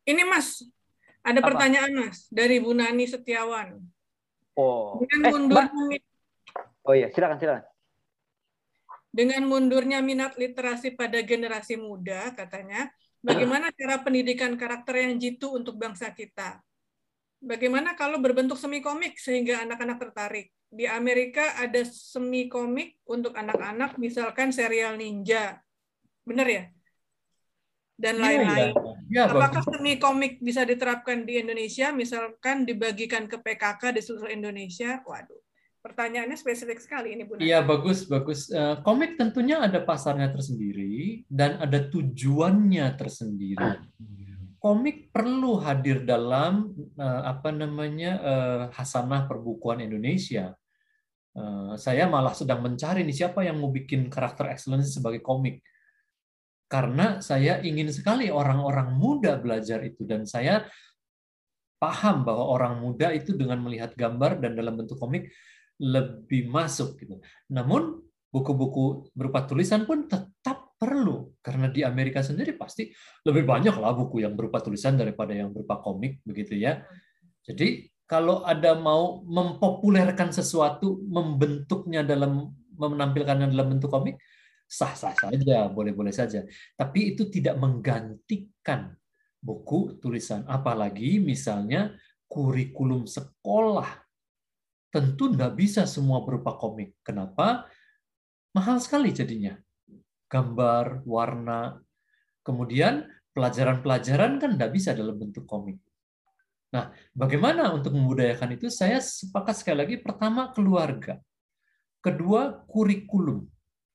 Ini Mas, ada Apa? pertanyaan Mas dari Bu Nani Setiawan. Oh, Dengan Mbak. mundurnya Oh iya, silakan. Dengan mundurnya minat literasi pada generasi muda, katanya, bagaimana cara pendidikan karakter yang jitu untuk bangsa kita? Bagaimana kalau berbentuk semi komik sehingga anak-anak tertarik? Di Amerika ada semi komik untuk anak-anak, misalkan serial Ninja. Benar ya? Dan Iya, iya. lain-lain. Ya, Apakah bagus. semi komik bisa diterapkan di Indonesia, misalkan dibagikan ke PKK di seluruh Indonesia? Waduh, pertanyaannya spesifik sekali ini, Bu Iya, Nani. bagus. Komik tentunya ada pasarnya tersendiri dan ada tujuannya tersendiri. Komik perlu hadir dalam hasanah perbukuan Indonesia. Saya malah sedang mencari nih siapa yang mau bikin karakter excellence sebagai komik. Karena saya ingin sekali orang-orang muda belajar itu dan saya paham bahwa orang muda itu dengan melihat gambar dan dalam bentuk komik lebih masuk gitu. Namun buku-buku berupa tulisan pun tetap perlu karena di Amerika sendiri pasti lebih banyak lah buku yang berupa tulisan daripada yang berupa komik begitu ya. Jadi kalau ada mau mempopulerkan sesuatu, membentuknya dalam menampilkannya dalam bentuk komik, sah-sah saja, boleh-boleh saja. Tapi itu tidak menggantikan buku tulisan. Apalagi misalnya kurikulum sekolah. Tentu tidak bisa semua berupa komik. Kenapa? Mahal sekali jadinya. Gambar, warna, kemudian pelajaran-pelajaran kan tidak bisa dalam bentuk komik. Nah, bagaimana untuk membudayakan itu? Saya sepakat sekali lagi, pertama keluarga, kedua kurikulum,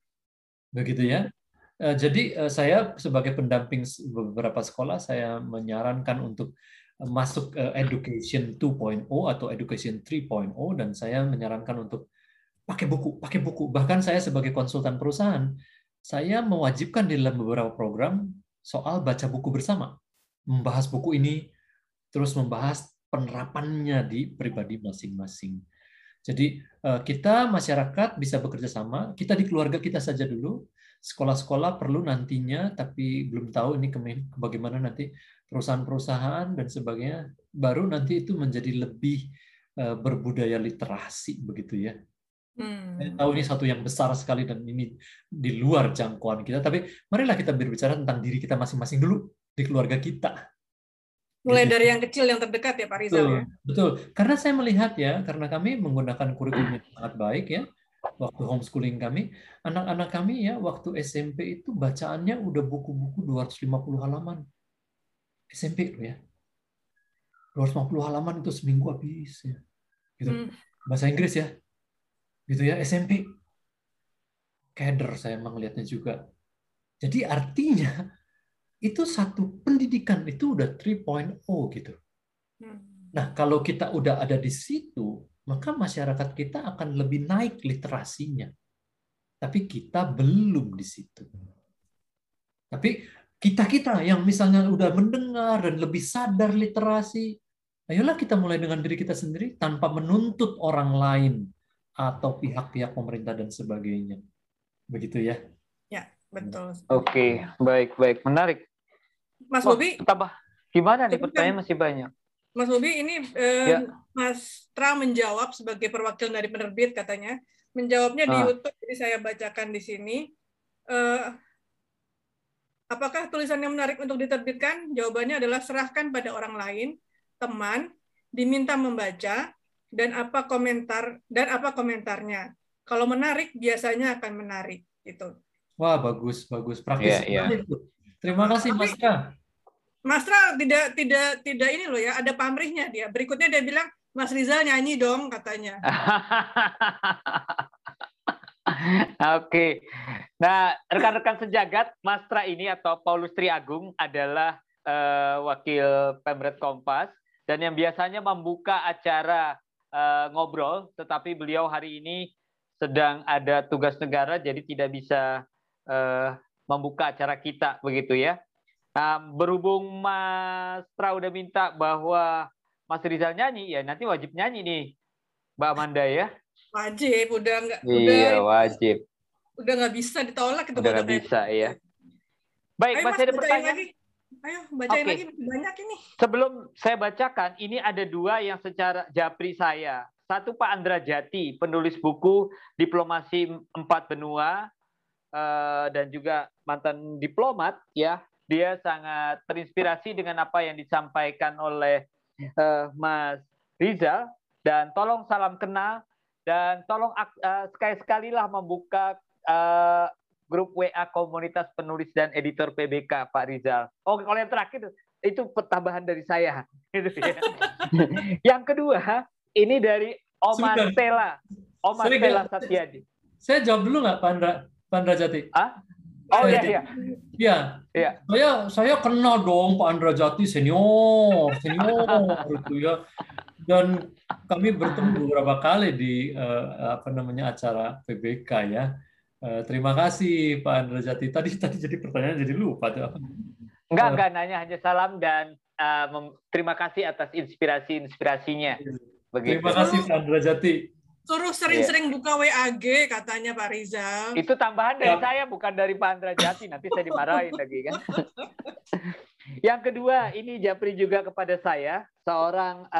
begitu ya. Jadi saya sebagai pendamping beberapa sekolah, saya menyarankan untuk masuk Education 2.0 atau Education 3.0 dan saya menyarankan untuk pakai buku. Bahkan saya sebagai konsultan perusahaan, saya mewajibkan di dalam beberapa program soal baca buku bersama, membahas buku ini, terus membahas penerapannya di pribadi masing-masing. Jadi kita masyarakat bisa bekerja sama, kita di keluarga kita saja dulu, sekolah-sekolah perlu nantinya, tapi belum tahu ini bagaimana nanti perusahaan-perusahaan dan sebagainya, baru nanti itu menjadi lebih berbudaya literasi begitu ya. Saya tahu ini satu yang besar sekali dan ini di luar jangkauan kita, tapi marilah kita berbicara tentang diri kita masing-masing dulu di keluarga kita. Mulai Gitu. dari yang kecil yang terdekat ya Pak Rizal ya. Betul. Karena saya melihat ya, karena kami menggunakan kurikulum yang sangat baik ya, waktu homeschooling kami, anak-anak kami ya waktu SMP itu bacaannya udah buku-buku 250 halaman. SMP loh ya. 250 halaman itu seminggu habis ya. Gitu. Bahasa Inggris ya. Gitu ya, SMP. Keder saya emang lihatnya juga. Jadi artinya itu satu pendidikan itu udah 3.0 gitu. Nah, kalau kita udah ada di situ, maka masyarakat kita akan lebih naik literasinya. Tapi kita belum di situ. Tapi kita-kita yang misalnya udah mendengar dan lebih sadar literasi, ayolah kita mulai dengan diri kita sendiri tanpa menuntut orang lain atau pihak-pihak pemerintah dan sebagainya. Begitu ya? Ya, betul. Oke, baik. Menarik. Mas Wah, Bobi, tambah. Gimana nih, pertanyaan masih banyak. Mas Bobi, ini Ya. Mas Tra menjawab sebagai perwakilan dari penerbit katanya. Menjawabnya di YouTube, jadi saya bacakan di sini. Apakah tulisannya menarik untuk diterbitkan? Jawabannya adalah serahkan pada orang lain, teman, diminta membaca, dan apa komentarnya. Kalau menarik, biasanya akan menarik. Gitu. Wah, bagus. Praktis sekali. Terima kasih, Mas Tra. Mas Tra tidak ini loh ya, ada pamrihnya dia. Berikutnya dia bilang, Mas Rizal nyanyi dong katanya. Oke. Nah, rekan-rekan sejagat, Mas Tra ini atau Paulus Triagung adalah wakil Pemret Kompas dan yang biasanya membuka acara ngobrol, tetapi beliau hari ini sedang ada tugas negara jadi tidak bisa membuka acara kita begitu ya. Nah, berhubung Mas Tra udah minta bahwa Mas Rizal nyanyi, ya nanti wajib nyanyi nih, Mbak Amanda ya. Wajib, udah nggak. Iya, wajib. Udah nggak bisa ditolak itu. Udah nggak bisa ya. Baik, ayo, masih Mas, ada pertanyaan? lagi. Ayo, bacain Oke. lagi, banyak ini. Sebelum saya bacakan, ini ada dua yang secara japri saya. Satu Pak Andra Jati, penulis buku Diplomasi Empat Benua, dan juga mantan diplomat, ya. Dia sangat terinspirasi dengan apa yang disampaikan oleh Mas Rizal, dan tolong salam kenal, dan tolong sekali-sekali lah membuka grup WA komunitas penulis dan editor PBK Pak Rizal. Oh, kalau yang terakhir itu pertambahan dari saya. Yang kedua, ini dari Oma Stella. Oma Stella Satyadi. Saya jawab dulu nggak, Pak Andra Jati? Oh iya. Saya kenal dong Pak Andra Jati, senior gitu ya. Dan kami bertemu beberapa kali di acara PBK ya. Terima kasih Pak Andra Jati. Tadi jadi pertanyaan jadi lupa tuh. Enggak nanya, hanya salam dan terima kasih atas inspirasinya. Begitu. Terima kasih Pak Andra Jati. Suruh sering-sering buka WAG katanya Pak Rizal. Itu tambahan dari saya, bukan dari Pak Andra Jati. Nanti saya dimarahin lagi kan. Yang kedua, ini japri juga kepada saya, seorang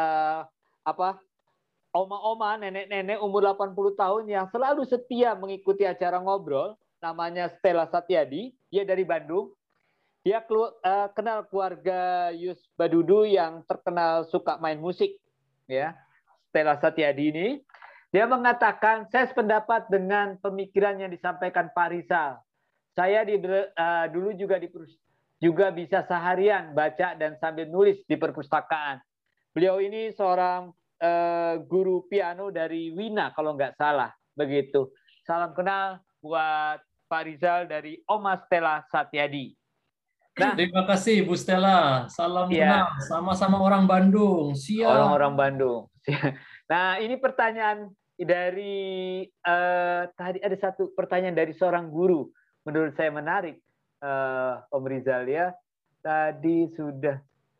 oma-oma, nenek-nenek umur 80 tahun yang selalu setia mengikuti acara ngobrol, namanya Stella Satyadi, dia dari Bandung. Dia kenal keluarga Yus Badudu yang terkenal suka main musik, ya. Stella Satyadi ini, dia mengatakan, saya sependapat dengan pemikiran yang disampaikan Pak Rizal. Saya dulu juga bisa seharian baca dan sambil nulis di perpustakaan. Beliau ini seorang guru piano dari Wina kalau nggak salah, begitu. Salam kenal buat Pak Rizal dari Oma Stella Satyadi. Nah, terima kasih Bu Stella. Salam kenal, sama-sama orang Bandung. Siap. Orang-orang Bandung. Nah, ini pertanyaan dari tadi ada satu pertanyaan dari seorang guru, menurut saya menarik, Om Rizal ya. Tadi sudah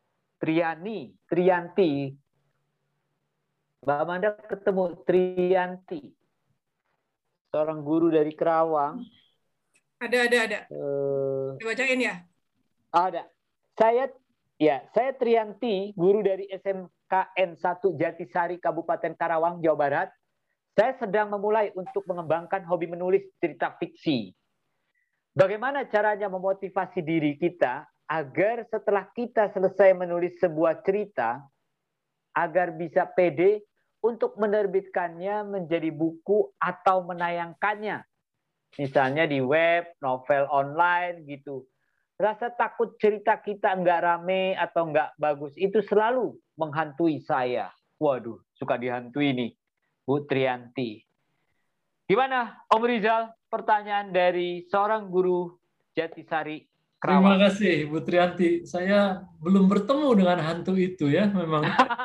Triyanti. Mbak Amanda ketemu Triyanti, seorang guru dari Kerawang. Ada. Dibacain ya? Ada. Saya Triyanti, guru dari SMKN 1 Jatisari, Kabupaten Karawang, Jawa Barat. Saya sedang memulai untuk mengembangkan hobi menulis cerita fiksi. Bagaimana caranya memotivasi diri kita agar setelah kita selesai menulis sebuah cerita, agar bisa pede untuk menerbitkannya menjadi buku atau menayangkannya. Misalnya di web, novel online gitu. Rasa takut cerita kita nggak rame atau nggak bagus itu selalu menghantui saya. Waduh, suka dihantui nih, Bu Triyanti. Gimana, Om Rizal? Pertanyaan dari seorang guru Jatisari, Kerawang. Terima kasih, Bu Triyanti. Saya belum bertemu dengan hantu itu ya, memang.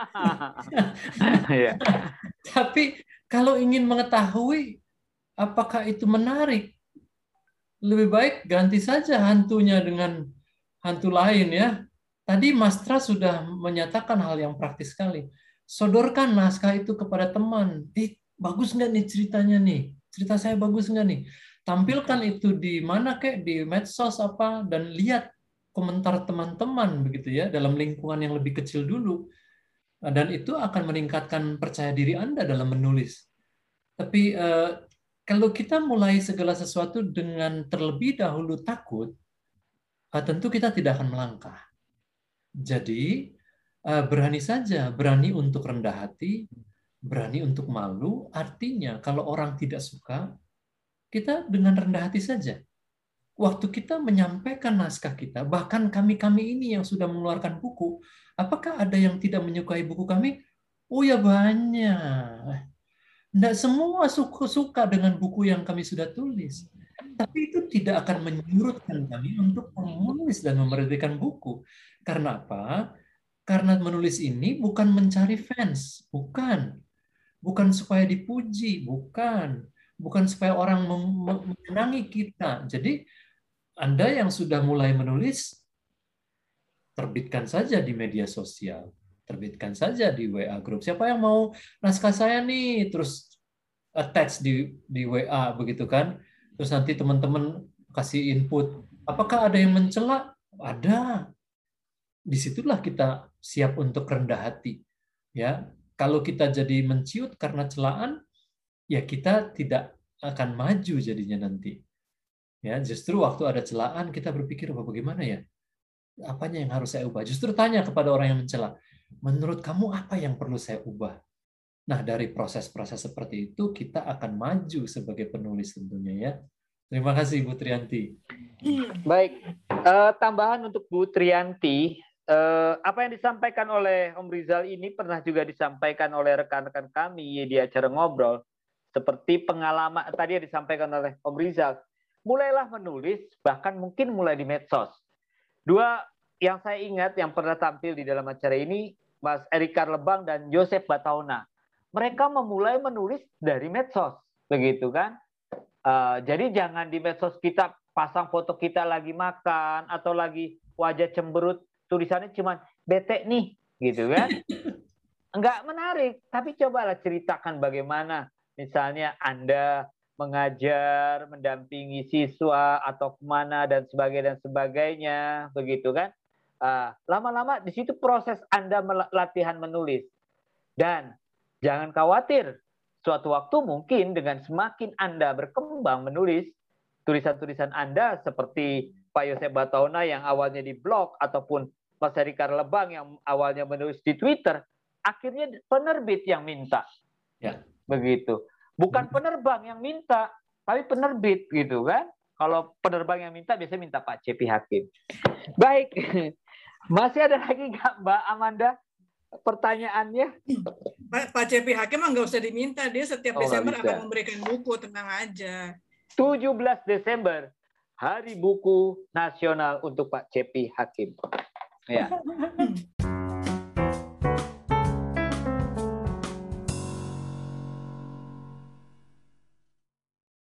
Tapi kalau ingin mengetahui apakah itu menarik, lebih baik ganti saja hantunya dengan hantu lain ya. Tadi Mas Tra sudah menyatakan hal yang praktis sekali. Sodorkan naskah itu kepada teman. Bagus nggak nih ceritanya nih? Cerita saya bagus nggak nih? Tampilkan itu di mana kek, di medsos apa, dan lihat komentar teman-teman begitu ya, dalam lingkungan yang lebih kecil dulu. Dan itu akan meningkatkan percaya diri Anda dalam menulis. Tapi kalau kita mulai segala sesuatu dengan terlebih dahulu takut, tentu kita tidak akan melangkah. Jadi berani saja, berani untuk rendah hati, berani untuk malu. Artinya kalau orang tidak suka, kita dengan rendah hati saja. Waktu kita menyampaikan naskah kita, bahkan kami-kami ini yang sudah mengeluarkan buku, apakah ada yang tidak menyukai buku kami? Oh ya banyak. Tidak semua suka dengan buku yang kami sudah tulis. Tapi itu tidak akan menyurutkan kami untuk menulis dan menerbitkan buku. Karena apa? Karena menulis ini bukan mencari fans, bukan. Bukan supaya dipuji, bukan. Bukan supaya orang menyenangi kita. Jadi Anda yang sudah mulai menulis, terbitkan saja di media sosial. Terbitkan saja di WA group. Siapa yang mau naskah saya nih? Terus attach di WA begitu kan? Terus nanti teman-teman kasih input. Apakah ada yang mencela? Ada. disitulah kita siap untuk rendah hati. Ya, kalau kita jadi menciut karena celaan, ya kita tidak akan maju jadinya nanti. Ya, justru waktu ada celaan kita berpikir, bagaimana ya? Apanya yang harus saya ubah? Justru tanya kepada orang yang mencela, menurut kamu apa yang perlu saya ubah? Nah, dari proses-proses seperti itu kita akan maju sebagai penulis tentunya ya. Terima kasih Bu Triyanti. Baik, tambahan untuk Bu Triyanti, apa yang disampaikan oleh Om Rizal ini pernah juga disampaikan oleh rekan-rekan kami di acara ngobrol. Seperti pengalaman tadi yang disampaikan oleh Om Rizal, mulailah menulis, bahkan mungkin mulai di medsos. Dua yang saya ingat yang pernah tampil di dalam acara ini, Mas Erika Lebang dan Joseph Bataona. Mereka memulai menulis dari medsos, begitu kan? Jadi jangan di medsos kita pasang foto kita lagi makan atau lagi wajah cemberut, tulisannya cuma bete nih, gitu kan? Enggak menarik, tapi cobalah ceritakan bagaimana misalnya Anda mengajar, mendampingi siswa atau kemana dan sebagainya, begitu kan? Lama-lama di situ proses Anda latihan menulis. Dan jangan khawatir, suatu waktu mungkin dengan semakin Anda berkembang menulis, tulisan-tulisan Anda seperti Pak Yosef Bataona yang awalnya di blog ataupun Mas Erika Lebang yang awalnya menulis di Twitter, akhirnya penerbit yang minta. Ya. Begitu. Bukan penerbang yang minta, tapi penerbit gitu kan. Kalau penerbang yang minta biasanya minta Pak Cepi Hakim. Baik. Masih ada lagi nggak Mbak Amanda pertanyaannya? Pak Cepi Hakim nggak usah diminta, dia setiap Desember akan memberikan buku, tenang aja. 17 Desember, Hari Buku Nasional untuk Pak Cepi Hakim. Ya.